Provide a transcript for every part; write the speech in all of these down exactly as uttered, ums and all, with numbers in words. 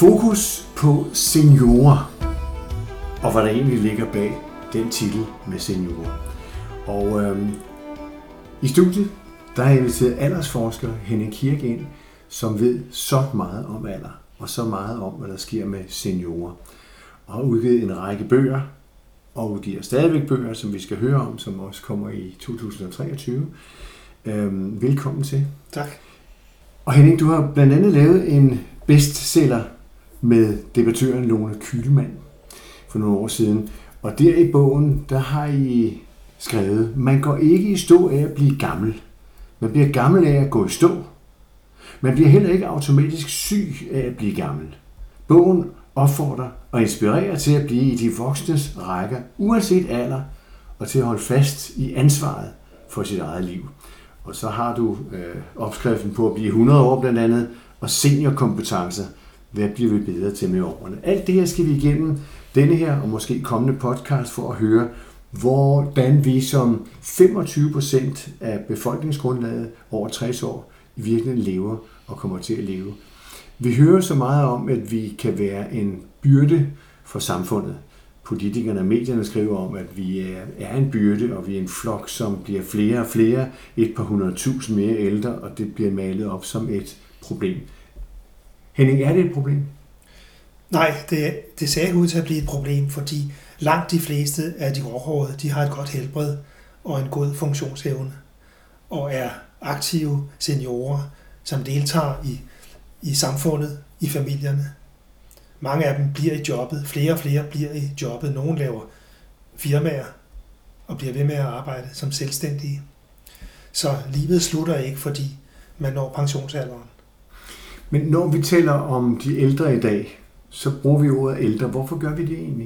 Fokus på seniorer, og hvad der egentlig ligger bag den titel med seniorer. Og øhm, i studiet, der har jeg inviteret aldersforsker Henning Kirk ind, som ved så meget om alder, og så meget om, hvad der sker med seniorer. Og har udgivet en række bøger, og udgiver stadigvæk bøger, som vi skal høre om, som også kommer i to tusind og treogtyve. Øhm, velkommen til. Tak. Og Henning, du har blandt andet lavet en bestseller med debattøren Lone Kühlmann for nogle år siden. Og der i bogen, der har I skrevet, man går ikke i stå af at blive gammel. Man bliver gammel af at gå i stå. Man bliver heller ikke automatisk syg af at blive gammel. Bogen opfordrer og inspirerer til at blive i de voksnes rækker, uanset alder, og til at holde fast i ansvaret for sit eget liv. Og så har du øh, opskriften på at blive hundrede år blandt andet, og seniorkompetencer. Hvad bliver vi bedre til med årene? Alt det her skal vi igennem denne her og måske kommende podcast for at høre, hvordan vi som femogtyve procent af befolkningsgrundlaget over tres år i virkeligheden lever og kommer til at leve. Vi hører så meget om, at vi kan være en byrde for samfundet. Politikerne og medierne skriver om, at vi er en byrde, og vi er en flok, som bliver flere og flere, et par hundrede tusind mere ældre, og det bliver malet op som et problem. Henning, er det et problem? Nej, det, det ser ud til at blive et problem, fordi langt de fleste af de gråhårede, de har et godt helbred og en god funktionsevne, og er aktive seniorer, som deltager i, i samfundet, i familierne. Mange af dem bliver i jobbet, flere og flere bliver i jobbet. Nogle laver firmaer og bliver ved med at arbejde som selvstændige. Så livet slutter ikke, fordi man når pensionsalderen. Men når vi taler om de ældre i dag, så bruger vi ordet ældre. Hvorfor gør vi det egentlig?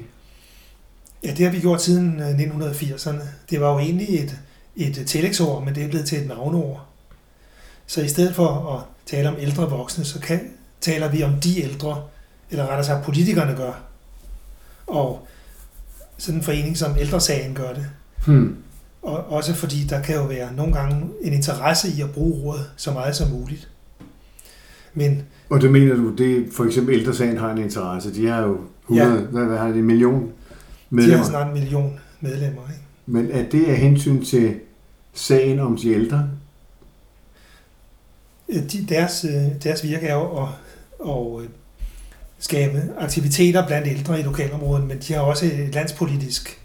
Ja, det har vi gjort siden nitten firserne. Det var jo egentlig et, et tillægsord, men det er blevet til et navneord. Så i stedet for at tale om ældre voksne, så kan, taler vi om de ældre, eller rettere sagt politikerne gør. Og sådan en forening som Ældresagen gør det. Hmm. Og også fordi der kan jo være nogle gange en interesse i at bruge ordet så meget som muligt. Men, og det mener du, det for eksempel Ældresagen har en interesse. De har jo hundrede, ja, hvad, hvad har det, en million medlemmer? De har snart en million medlemmer. Ikke? Men er det af hensyn til sagen om de ældre? De, deres, deres virke er jo at, at skabe aktiviteter blandt ældre i lokalområdet, men de har også et landspolitisk,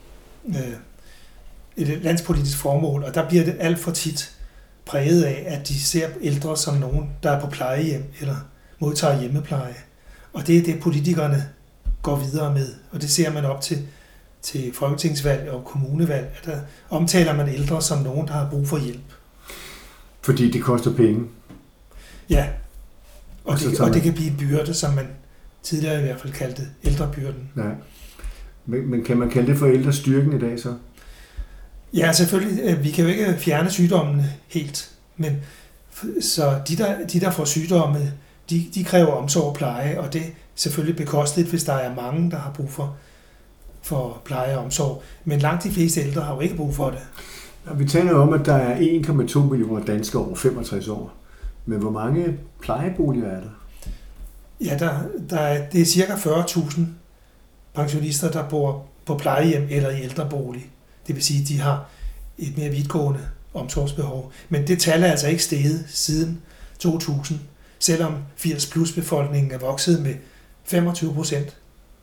et landspolitisk formål, og der bliver det alt for tit præget af, at de ser ældre som nogen, der er på plejehjem eller modtager hjemmepleje. Og det er det, politikerne går videre med, og det ser man op til, til folketingsvalg og kommunevalg, at der omtaler man ældre som nogen, der har brug for hjælp. Fordi det koster penge? Ja, og, og, det, og det kan blive en byrde, som man tidligere i hvert fald kaldte ældrebyrden. Ja. Men, men kan man kalde det for ældrestyrken i dag så? Ja, selvfølgelig. Vi kan jo ikke fjerne sygdommene helt, men så de der, de der får sygdomme, de, de kræver omsorg og pleje, og det er selvfølgelig bekosteligt, hvis der er mange, der har brug for, for pleje og omsorg. Men langt de fleste ældre har jo ikke brug for det. Ja, vi taler om, at der er en komma to millioner danskere over femogtres år. Men hvor mange plejeboliger er der? Ja, der, der er, det er cirka fyrre tusind pensionister, der bor på plejehjem eller i ældrebolig. Det vil sige, at de har et mere vidtgående omsorgsbehov. Men det tal er altså ikke steget siden to tusind, selvom firs plus befolkningen er vokset med femogtyve procent.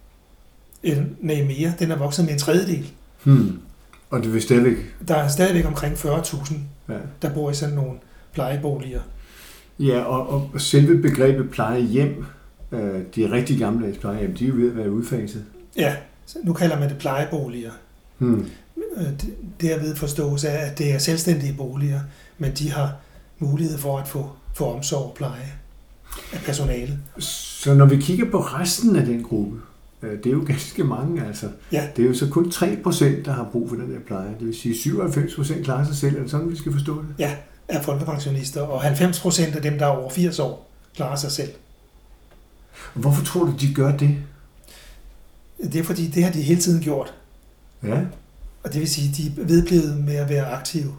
Nej, mere. Den er vokset med en tredjedel. Hmm. Og det vil stadigvæk? Der er stadigvæk omkring fyrre tusind, ja, der bor i sådan nogle plejeboliger. Ja, og, og selve begrebet plejehjem, øh, de rigtig gamle plejehjem, de er jo ved at være udfaset. Ja, nu kalder man det plejeboliger. Hmm. Det, derved forstås af, at det er selvstændige boliger, men de har mulighed for at få, få omsorg og pleje af personale. Så når vi kigger på resten af den gruppe, det er jo ganske mange altså. Ja. Det er jo så kun tre procent, der har brug for den der pleje. Det vil sige, syvoghalvfems procent klarer sig selv. Er det sådan, vi skal forstå det? Ja, er folkepensionister, og halvfems procent af dem, der er over firs år, klarer sig selv. Og hvorfor tror du, de gør det? Det er fordi, det har de hele tiden gjort. Ja. Og det vil sige, de er vedblevet med at være aktive.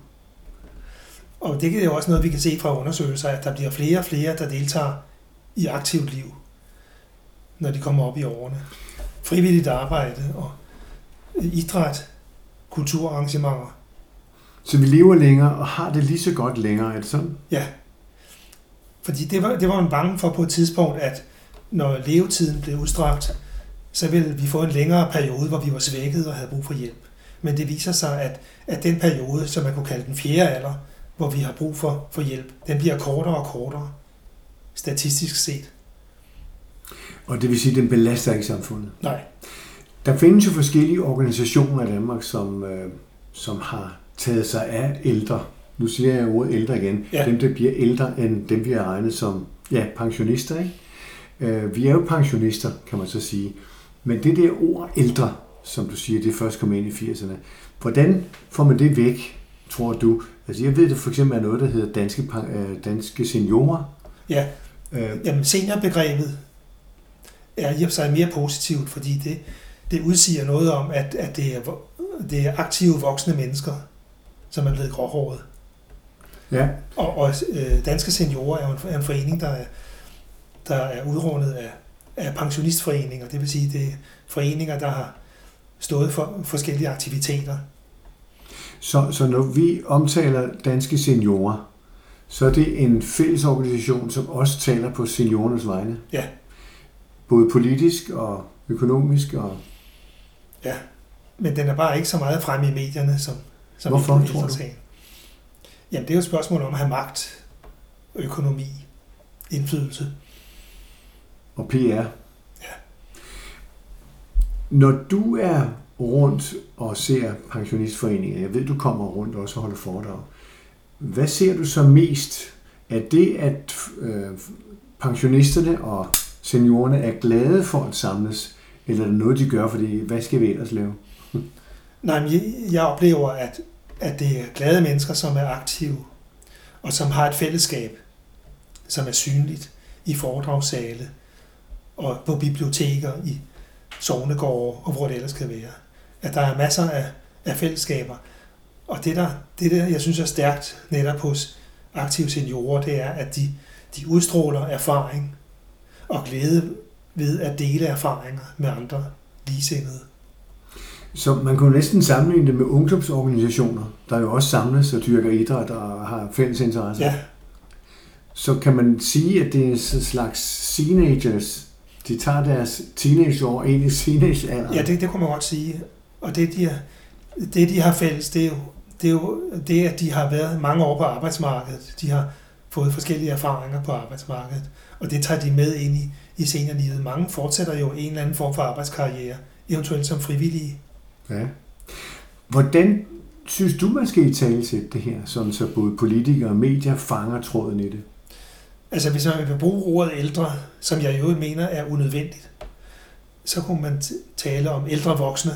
Og det er jo også noget, vi kan se fra undersøgelser, at der bliver flere og flere, der deltager i aktivt liv. når de kommer op i årene. Frivilligt arbejde og idræt, kulturarrangementer. Så vi lever længere og har det lige så godt længere, er det sådan? Ja, fordi det var, det var man bange for på et tidspunkt, at når levetiden blev udstrakt, så ville vi få en længere periode, hvor vi var svækket og havde brug for hjælp. Men det viser sig, at, at den periode, som man kunne kalde den fjerde alder, hvor vi har brug for, for hjælp, den bliver kortere og kortere, statistisk set. Og det vil sige, at den belaster ikke samfundet? Nej. Der findes jo forskellige organisationer i Danmark, som, øh, som har taget sig af ældre. Nu siger jeg ordet ældre igen. Ja. Dem, der bliver ældre end dem, vi har regnet som ja, pensionister. Ikke? Øh, vi er jo pensionister, kan man så sige. Men det der ord ældre, som du siger, det først kom ind i firserne. Hvordan får man det væk, tror du? Altså jeg ved, det for eksempel er noget, der hedder danske, danske seniorer. Ja, øh. Jamen seniorbegrebet er i og for sig mere positivt, fordi det, det udsiger noget om, at, at det, er, det er aktive voksne mennesker, som er blevet gråhåret. Ja. Og, og øh, Danske Seniorer er jo en, er en forening, der er, der er udrundet af, af pensionistforeninger. Det vil sige, det er foreninger, der har stået for forskellige aktiviteter. Så, så når vi omtaler Danske Seniorer, så er det en fælles organisation, som også taler på seniorernes vegne? Ja. Både politisk og økonomisk? Og... Ja, men den er bare ikke så meget fremme i medierne, som, som Hvorfor, tror du? Jamen, det er jo et spørgsmål om at have magt, økonomi, indflydelse. Og P R? Ja. Når du er rundt og ser pensionistforeninger, jeg ved, du kommer rundt også og holder foredrag, hvad ser du så mest? Er det, at øh, pensionisterne og seniorerne er glade for at samles, eller er det noget, de gør, fordi hvad skal vi ellers lave? Nej, men jeg, jeg oplever, at, at det er glade mennesker, som er aktive, og som har et fællesskab, som er synligt i foredragssale, og på biblioteker, i sognegårde, og hvor det ellers kan være. At der er masser af, af fællesskaber. Og det der, det der, jeg synes er stærkt netop hos aktive seniorer, det er, at de, de udstråler erfaring og glæde ved at dele erfaringer med andre ligesindede. Så man kan jo næsten sammenligne det med ungdomsorganisationer, der jo også samles og dyrker idræt og har fælles interesser. Ja. Så kan man sige, at det er en slags teenagers. De tager deres teenageår ind i teenagealderen. Ja, det, det kunne man godt sige. Og det de, har, det, de har fælles, det er, jo, det er jo det, at de har været mange år på arbejdsmarkedet. De har fået forskellige erfaringer på arbejdsmarkedet, og det tager de med ind i, i seniorlivet. Mange fortsætter jo en eller anden form for arbejdskarriere, eventuelt som frivillige. Ja. Hvordan synes du, man skal italesætte det her, sådan så både politikere og medier fanger tråden i det? Altså hvis man vil bruge ordet ældre, som jeg jo mener er unødvendigt, så kunne man tale om ældre voksne.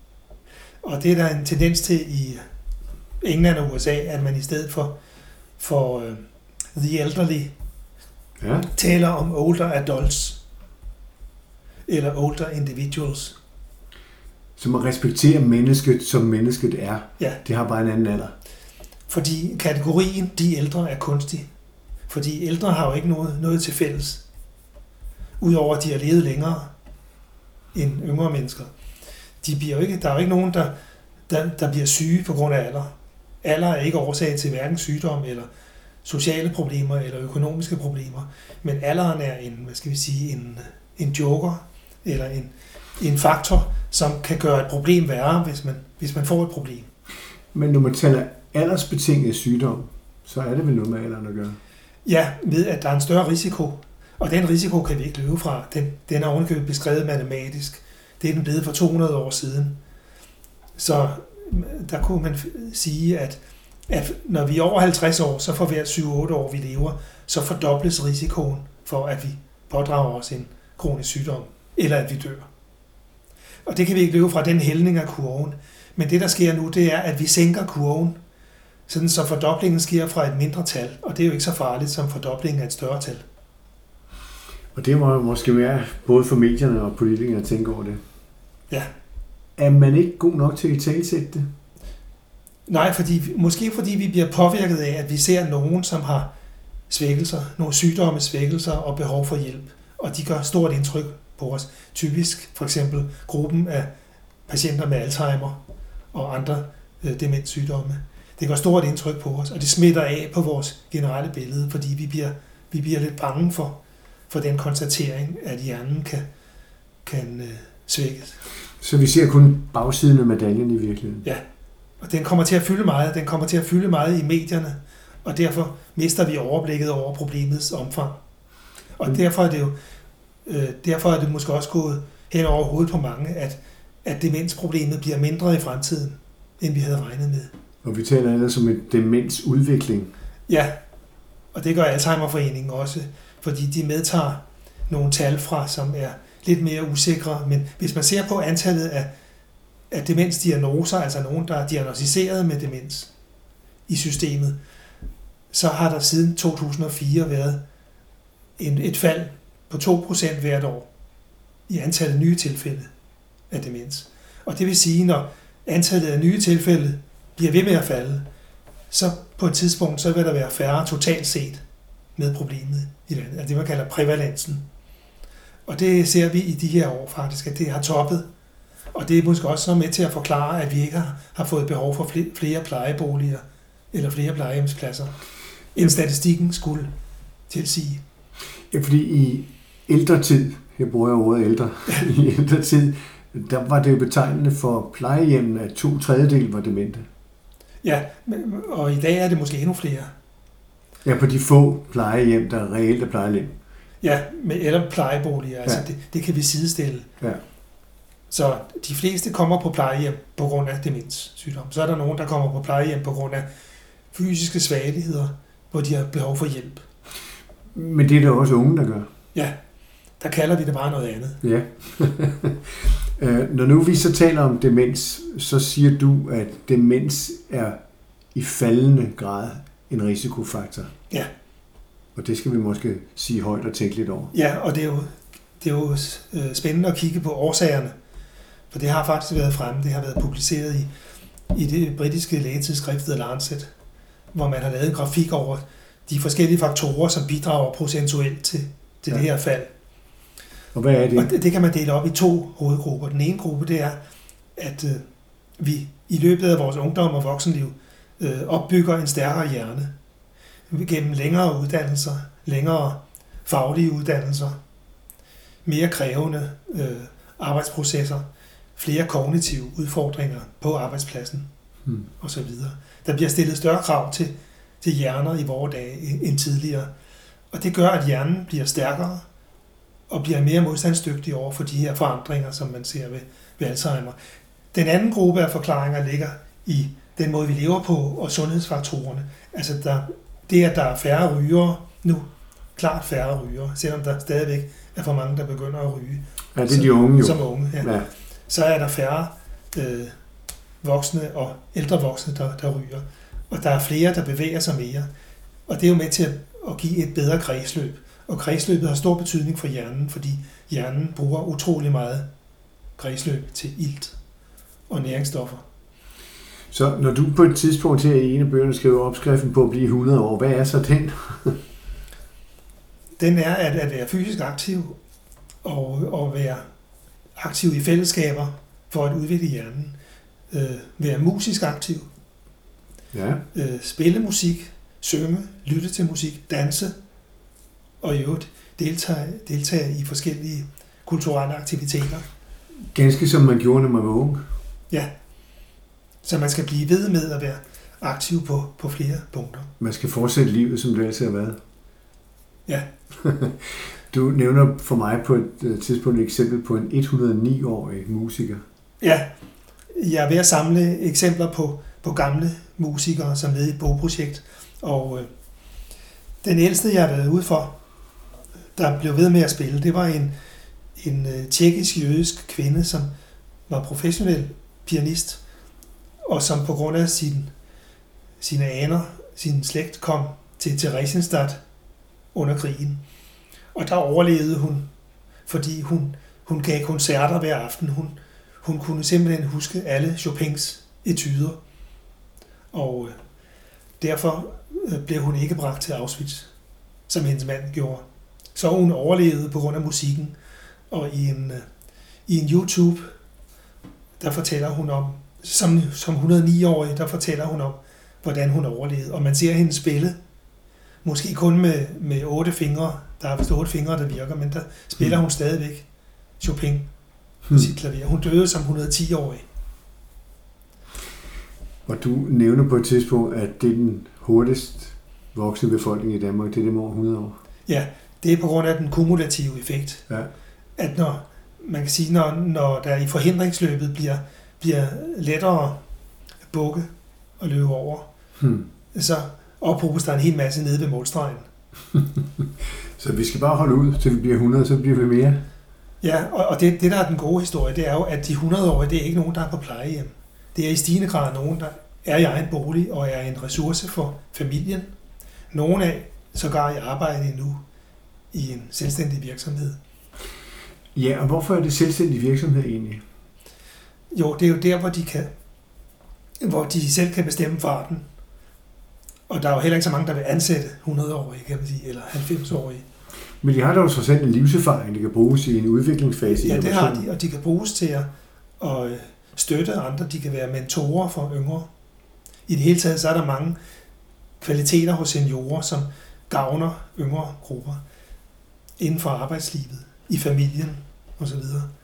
Og det er der en tendens til i England og U S A, at man i stedet for, for uh, the elderly ja. taler om older adults eller older individuals. Så man respekterer mennesket, som mennesket er. Ja. Det har bare en anden alder. Fordi kategorien de ældre er kunstig. Fordi ældre har jo ikke noget, noget til fælles. Udover at de har levet længere end yngre mennesker. De bliver jo ikke, der er jo ikke nogen, der, der, der bliver syge på grund af alder. Alder er ikke årsag til hverken sygdom eller sociale problemer eller økonomiske problemer. Men alderen er en, hvad skal vi sige, en, en joker eller en, en faktor, som kan gøre et problem værre, hvis man, hvis man får et problem. Men når man taler aldersbetinget sygdom, så er det vel noget med alderen at gøre? Ja, ved at der er en større risiko, og den risiko kan vi ikke løbe fra. Den, den er ovenikøbet beskrevet matematisk. Det er den blevet for to hundrede år siden. Så der kunne man sige, at, at når vi er over halvtreds år, så for hver syv otte år, vi lever, så fordobles risikoen for, at vi pådrager os en kronisk sygdom, eller at vi dør. Og det kan vi ikke løbe fra, den hældning af kurven. Men det, der sker nu, det er, at vi sænker kurven, sådan så fordoblingen sker fra et mindre tal, og det er jo ikke så farligt som fordoblingen af et større tal. Og det må måske være både for medierne og politikere at tænke over det. Ja. Er man ikke god nok til at talsætte det? Nej, fordi, måske fordi vi bliver påvirket af, at vi ser nogen, som har svækkelser, nogle sygdomme, svækkelser og behov for hjælp, og de gør stort indtryk på os. Typisk for eksempel gruppen af patienter med Alzheimer og andre øh, demenssygdomme. Det gør stort indtryk på os, og det smitter af på vores generelle billede, fordi vi bliver, vi bliver lidt bange for, for den konstatering, at hjernen kan, kan øh, svækkes. Så vi ser kun bagsiden af medaljen i virkeligheden? Ja, og den kommer til at fylde meget. Den kommer til at fylde meget i medierne, og derfor mister vi overblikket over problemets omfang. Og mm. derfor er det jo øh, derfor er det måske også gået hen over hovedet på mange, at, at demensproblemet bliver mindre i fremtiden, end vi havde regnet med. Og vi taler ellers om en demensudvikling. Ja, og det gør Alzheimerforeningen også, fordi de medtager nogle tal fra, som er lidt mere usikre. Men hvis man ser på antallet af, af demensdiagnoser, altså nogen, der er diagnosticeret med demens i systemet, så har der siden to tusind og fire været en, et fald på to procent hvert år i antallet af nye tilfælde af demens. Og det vil sige, når antallet af nye tilfælde bliver ved med at falde, så på et tidspunkt så vil der være færre totalt set med problemet i landet, altså det man kalder prævalensen. Og det ser vi i de her år faktisk, at det har toppet. Og det er måske også med til at forklare, at vi ikke har fået behov for flere plejeboliger eller flere plejehjemspladser, end statistikken skulle tilsige. Ja, fordi i ældre tid, her bruger jeg ordet ældre, i ældre tid, der var det jo betegnende for plejehjemmene, at to tredjedel var demente. Ja, og i dag er det måske endnu flere. Ja, på de få plejehjem, der er reelt er plejehjem. Ja, med, eller plejeboliger, altså ja. det, det kan vi sidestille. Ja. Så de fleste kommer på plejehjem på grund af demenssygdom. Så er der nogen, der kommer på plejehjem på grund af fysiske svagheder, hvor de har behov for hjælp. Men det er der også unge, der gør. Ja, der kalder vi det bare noget andet. Ja. Når nu vi så taler om demens, så siger du, at demens er i faldende grad en risikofaktor. Ja. Og det skal vi måske sige højt og tænke lidt over. Ja, og det er jo, det er jo spændende at kigge på årsagerne. For det har faktisk været fremme, det har været publiceret i, i det britiske lægetidsskrift The Lancet, hvor man har lavet en grafik over de forskellige faktorer, som bidrager procentuelt til, til ja. det her fald. Og hvad er det? Og det, det kan man dele op i to hovedgrupper. Den ene gruppe, det er, at øh, vi i løbet af vores ungdom og voksenliv øh, opbygger en stærkere hjerne gennem længere uddannelser, længere faglige uddannelser, mere krævende øh, arbejdsprocesser, flere kognitive udfordringer på arbejdspladsen hmm. osv. Der bliver stillet større krav til, til hjerner i vore dage end tidligere. Og det gør, at hjernen bliver stærkere og bliver mere modstandsdygtig over for de her forandringer, som man ser ved, ved Alzheimer. Den anden gruppe af forklaringer ligger i den måde, vi lever på, og sundhedsfaktorerne. Altså der, det, at der er færre rygere nu, klart færre rygere, selvom der stadigvæk er for mange, der begynder at ryge. Ja, det er de unge jo. Som unge, ja. Ja. Så er der færre øh, voksne og ældre voksne, der, der ryger. Og der er flere, der bevæger sig mere. Og det er jo med til at, at give et bedre kredsløb. Og kredsløbet har stor betydning for hjernen, fordi hjernen bruger utrolig meget kredsløb til ilt og næringsstoffer. Så når du på et tidspunkt her i en af bøgerne skriver opskriften på at blive hundrede år, hvad er så den? Den er at, at være fysisk aktiv og, og være aktiv i fællesskaber for at udvikle hjernen. Øh, være musisk aktiv. Ja. Øh, spille musik, synge, lytte til musik, danse og i øvrigt deltage, deltage i forskellige kulturelle aktiviteter. Ganske som man gjorde, når man var ung. Ja. Så man skal blive ved med at være aktiv på, på flere punkter. Man skal fortsætte livet, som det altid har været. Ja. Du nævner for mig på et tidspunkt et eksempel på en et hundrede og ni-årig musiker. Ja, jeg er ved at samle eksempler på, på gamle musikere, som led i et bogprojekt. Og øh, den ældste, jeg har været ude for, der blev ved med at spille, det var en, en øh, tjekkisk-jødisk kvinde, som var professionel pianist, og som på grund af sin, sine aner, sin slægt, kom til Theresienstadt under krigen. Og der overlevede hun, fordi hun, hun gav koncerter hver aften. Hun, hun kunne simpelthen huske alle Chopins etuder. Og øh, derfor øh, blev hun ikke bragt til Auschwitz, som hendes mand gjorde. Så hun overlevede på grund af musikken, Og i en, i en YouTube, der fortæller hun om, som, som et hundrede og ni-årig, der fortæller hun om, hvordan hun overlevede. Og man ser hende spille, måske kun med, med otte fingre, der er vist otte fingre, der virker, men der spiller hun stadigvæk Chopin på sit klaver. Hun døde som et hundrede og ti-årig. Og du nævner på et tidspunkt, at det er den hurtigst voksne befolkning i Danmark, det er dem over hundrede år. Ja, det er på grund af den kumulative effekt. Ja. At når, man kan sige, når, når der i forhindringsløbet bliver, bliver lettere bukke og løbe over, hmm. så ophobes der en hel masse nede ved målstregen. Så vi skal bare holde ud, til vi bliver hundrede, så bliver vi mere. Ja, og, og det, det der er den gode historie, det er jo, at de hundrede-årige, det er ikke nogen, der er på plejehjem. Det er i stigende grad nogen, der er i egen bolig og er en ressource for familien. Nogle af sågar i arbejde endnu i en selvstændig virksomhed. Ja, og hvorfor er det selvstændig virksomhed egentlig? Jo, det er jo der, hvor de kan, hvor de selv kan bestemme farten. Og der er jo heller ikke så mange, der vil ansætte hundrede-årige, kan man sige, eller halvfems-årige. Men de har da jo trods alt en livserfaring, de kan bruges i en udviklingsfase. Ja, det har de, og de kan bruges til at, at støtte andre. De kan være mentorer for yngre. I det hele taget så er der mange kvaliteter hos seniorer, som gavner yngre grupper inden for arbejdslivet, i familien osv.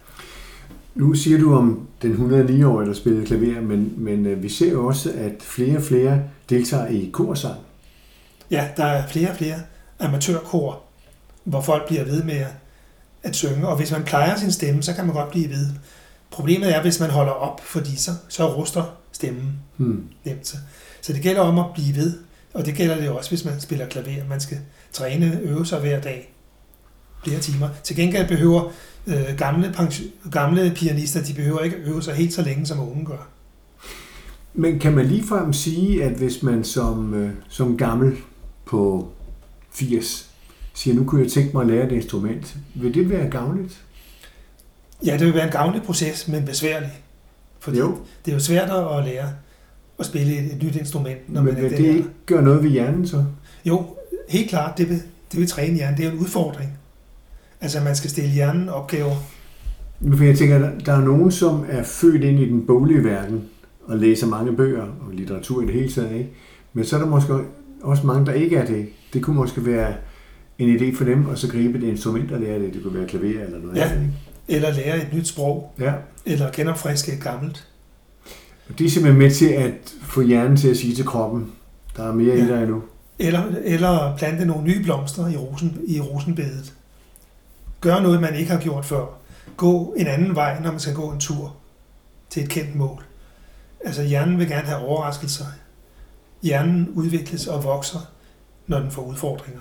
Nu siger du om den et hundrede og ni-årige, der spillede klaver, men, men vi ser jo også, at flere og flere deltager i korsang. Ja, der er flere og flere amatørkor, hvor folk bliver ved med at synge, og hvis man plejer sin stemme, så kan man godt blive ved. Problemet er, hvis man holder op, fordi så, så ruster stemmen hmm. nemt. Så det gælder om at blive ved, og det gælder det også, hvis man spiller klaver. Man skal træne, øve sig hver dag, flere timer. Til gengæld behøver øh, gamle, pension, gamle pianister, de behøver ikke øve sig helt så længe, som unge gør. Men kan man ligefrem sige, at hvis man som, øh, som gammel på firs siger, nu kunne jeg tænke mig at lære et instrument, vil det være gavnligt? Ja, det vil være en gavnlig proces, men besværlig. Fordi jo. Det er jo svært at lære at spille et, et nyt instrument. Når men man vil er det ikke gøre noget ved hjernen så? Jo, helt klart, det vil, det vil træne hjernen. Det er en udfordring. Altså, man skal stille hjernen opgaver. Men jeg tænker, der er nogen, som er født ind i den boglige verden og læser mange bøger og litteratur i det hele taget, ikke? Men så er der måske også mange, der ikke er det. Det kunne måske være en idé for dem at så gribe et instrument og lære det. Det kunne være klaver eller noget ja. andet, ikke? Eller lære et nyt sprog. Ja. Eller genopfriske et gammelt. Og det er simpelthen med til at få hjernen til at sige til kroppen, der er mere ja. i dig endnu. Eller, eller plante nogle nye blomster i, rosen, i rosenbedet. Gør noget, man ikke har gjort før. Gå en anden vej, når man skal gå en tur til et kendt mål. Altså hjernen vil gerne have overraskelser. Hjernen udvikles og vokser, når den får udfordringer.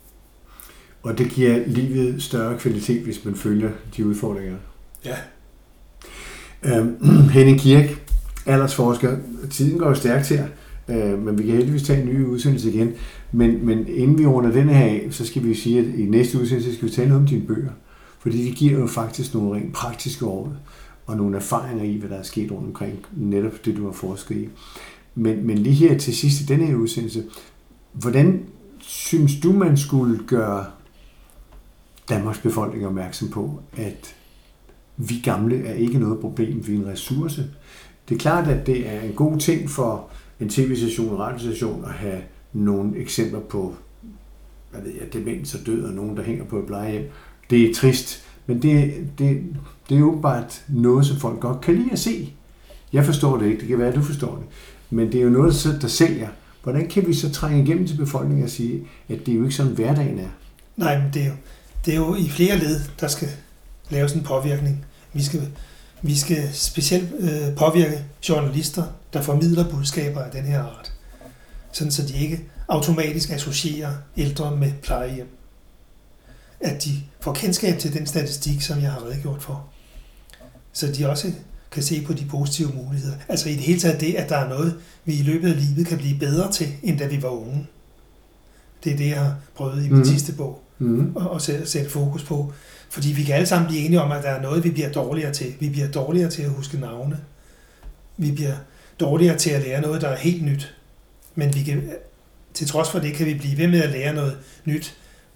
Og det giver livet større kvalitet, hvis man følger de udfordringer. Ja. Øhm, Henning Kirk, aldersforsker. Tiden går jo stærkt her, øh, men vi kan heldigvis tage en ny udsendelse igen. Men, men inden vi runder denne her af, så skal vi sige, at i næste udsendelse skal vi tale noget om dine bøger. Fordi de giver jo faktisk nogle rent praktiske råd og nogle erfaringer i, hvad der er sket rundt omkring netop det, du har forsket i. Men, men lige her til sidst i denne her udsendelse, hvordan synes du, man skulle gøre Danmarks befolkning opmærksom på, at vi gamle er ikke noget problem, vi er en ressource? Det er klart, at det er en god ting for en tv-station og radiostation at have nogle eksempler på, hvad ved jeg, demens og død og nogen, der hænger på et plejehjem. Det er trist, men det, det, det er jo bare noget, som folk godt kan lide at se. Jeg forstår det ikke, det kan være, at du forstår det, men det er jo noget, der sælger. Hvordan kan vi så trænge igennem til befolkningen og sige, at det er jo ikke sådan, hverdagen er? Nej, men det er jo, det er jo i flere led, der skal laves en påvirkning. Vi skal, vi skal specielt øh, påvirke journalister, der formidler budskaber af den her art, sådan så de ikke automatisk associerer ældre med plejehjem. At de får kendskab til den statistik, som jeg har redegjort for, så de også kan se på de positive muligheder. Altså i det hele taget det, at der er noget, vi i løbet af livet kan blive bedre til, end da vi var unge. Det er det, jeg har prøvet i min mm. sidste bog, mm. at sætte, sætte fokus på. Fordi vi kan alle sammen blive enige om, at der er noget, vi bliver dårligere til. Vi bliver dårligere til at huske navne. Vi bliver dårligere til at lære noget, der er helt nyt. Men vi kan, til trods for det, kan vi blive ved med at lære noget nyt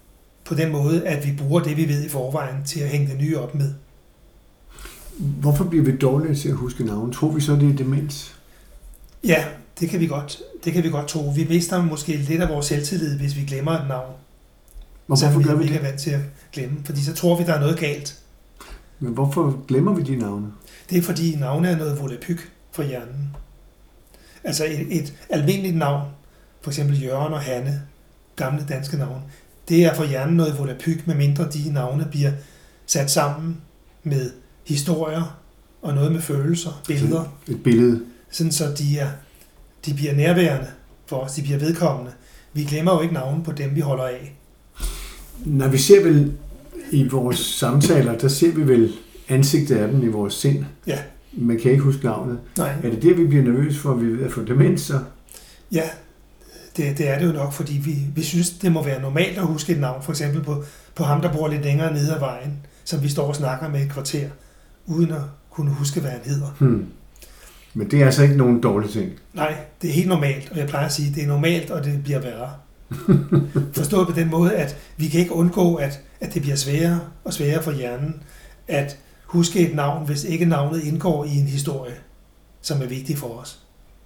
på den måde, at vi bruger det, vi ved i forvejen, til at hænge det nye op med. Hvorfor bliver vi dårlige til at huske navn? Tror vi så, det er demens? Ja, det kan vi godt, det kan vi godt tro. Vi mister måske lidt af vores selvtillid, hvis vi glemmer et navn. Og hvorfor gør vi det? Vi er vant til at glemme, fordi så tror vi, der er noget galt. Men hvorfor glemmer vi de navne? Det er fordi navne er noget volapyk for hjernen. Altså et, et almindeligt navn, for eksempel Jørgen og Hanne, gamle danske navne, det er for hjernen noget volapyk, medmindre de navne bliver sat sammen med historier og noget med følelser, billeder. Et billede. Sådan så de, er, de bliver nærværende for os, de bliver vedkommende. Vi glemmer jo ikke navne på dem, vi holder af. Når vi ser vel i vores samtaler, der ser vi vel ansigtet af dem i vores sind. Ja. Man kan ikke huske navnet. Nej. Er det det, vi bliver nervøse for, at vi ved at få demens? Så? Ja, det, det er det jo nok, fordi vi, vi synes, det må være normalt at huske et navn. For eksempel på, på ham, der bor lidt længere nede ad vejen, som vi står og snakker med et kvarter, uden at kunne huske, hvad han hedder. Hmm. Men det er altså ikke nogen dårlig ting. Nej, det er helt normalt, og jeg plejer at sige, at det er normalt, og det bliver værre. Forstået på den måde, at vi kan ikke undgå, at, at det bliver sværere og sværere for hjernen at huske et navn, hvis ikke navnet indgår i en historie, som er vigtig for os.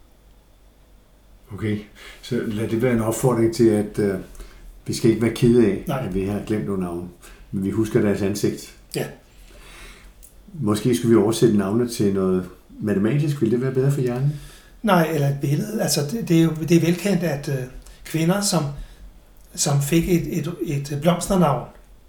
Okay, så lad det være en opfordring til, at uh, vi skal ikke være kede af, Nej. at vi har glemt nogle navne, men vi husker deres ansigt. Ja. Måske skulle vi oversætte navnet til noget matematisk. Vil det være bedre for hjernen? Nej, eller et billede. Altså, det, det er jo det er velkendt, at uh, kvinder, som, som fik et, et, et blomsternavn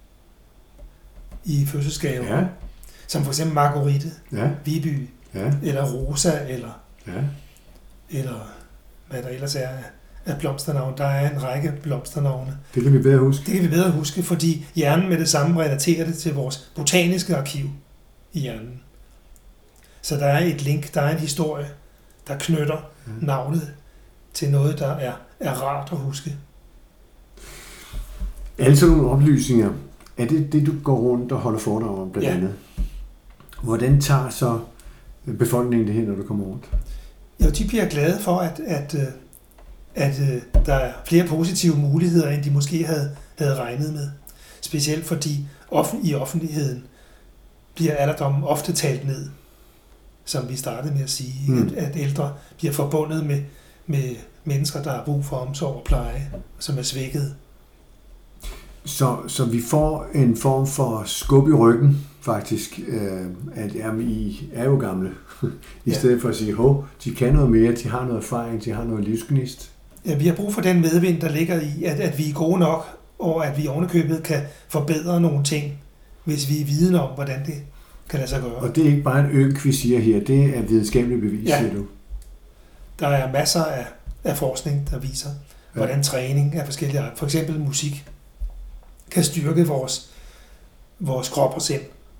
i fødselsgave, Ja. som for eksempel Marguerite, Ja. Viby, Ja. eller Rosa, eller, Ja. eller hvad der ellers er af blomsternavn. Der er en række blomsternavne. Det kan vi bedre huske. Det kan vi bedre huske, fordi hjernen med det samme relaterer det til vores botaniske arkiv i hjernen. Så der er et link, der er en historie, der knytter Ja. navnet til noget, der er, er rart at huske. Altså nogle oplysninger. Er det det, du går rundt og holder foredrag om blandt Ja. andet? Hvordan tager så befolkningen det her, når du kommer rundt? Jo, de bliver glade for, at, at, øh, at, at der er flere positive muligheder, end de måske havde, havde regnet med. Specielt fordi offen, i offentligheden bliver alderdommen ofte talt ned, som vi startede med at sige, Mm. at, at ældre bliver forbundet med, med mennesker, der har brug for omsorg og pleje, som er svækket. Så, så vi får en form for skub i ryggen, faktisk, øh, at jamen, I er jo gamle. I Ja. stedet for at sige, hov, de kan noget mere, de har noget erfaring, de har noget livsgnist. Ja, vi har brug for den medvind, der ligger i, at, at vi er gode nok, og at vi ovenikøbet kan forbedre nogle ting, hvis vi er viden om, hvordan det kan lade sig gøre. Og det er ikke bare en øk, vi siger her, det er videnskabeligt bevis, Ja. siger du. Der er masser af, af forskning, der viser, Ja. hvordan træning af forskellige art, for eksempel musik, kan styrke vores, vores krop og sind.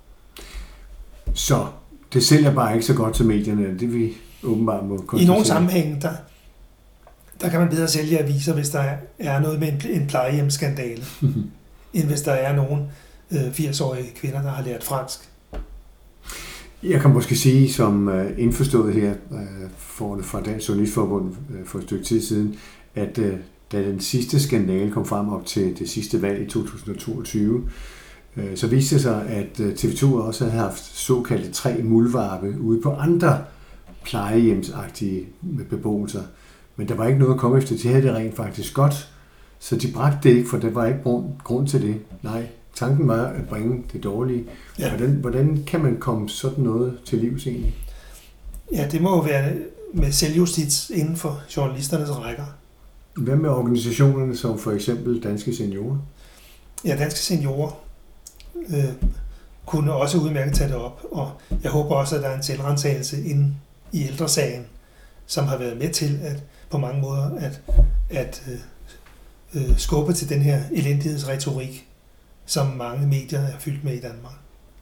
Så det sælger bare ikke så godt til medierne, det vi åbenbart må konstatere. I nogle sammenhænge, der, der kan man bedre sælge aviser, hvis der er, er noget med en, en plejehjemsskandale, end hvis der er nogle øh, firs-årige kvinder, der har lært fransk. Jeg kan måske sige, som uh, indforstået her uh, for, fra Dansk Journalistforbund uh, for et stykke tid siden, at uh, da den sidste skandale kom frem op til det sidste valg i to tusind og toogtyve, uh, så viste det sig, at uh, T V to også havde haft såkaldte tre muldvarpe ude på andre plejehjemsagtige beboelser. Men der var ikke noget at komme efter. De havde det rent faktisk godt, så de bragte det ikke, for der var ikke grund, grund til det. Nej, tanken var at bringe det dårlige. Ja. Hvordan, hvordan kan man komme sådan noget til livs egentlig? Ja, det må jo være med selvjustits inden for journalisternes rækker. Hvad med organisationerne som for eksempel Danske Seniorer? Ja, Danske Seniorer øh, kunne også udmærket tage det op, og jeg håber også, at der er en selvrensagelse inde i ældresagen, som har været med til at på mange måder at, at øh, øh, skubbe til den her elendighedsretorik, som mange medier er fyldt med i Danmark.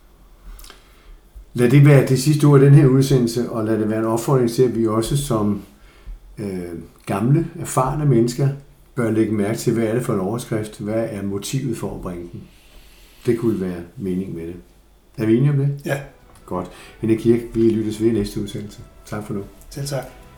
Lad det være det sidste ord i den her udsendelse, og lad det være en opfordring til, at vi også som øh, gamle, erfarne mennesker bør lægge mærke til, hvad er det for en overskrift, hvad er motivet for at bringe den. Det kunne være mening med det. Er vi enige om det? Ja. Godt. Henrik Kirk, vi lyttes ved i næste udsendelse. Tak for nu. Selv tak.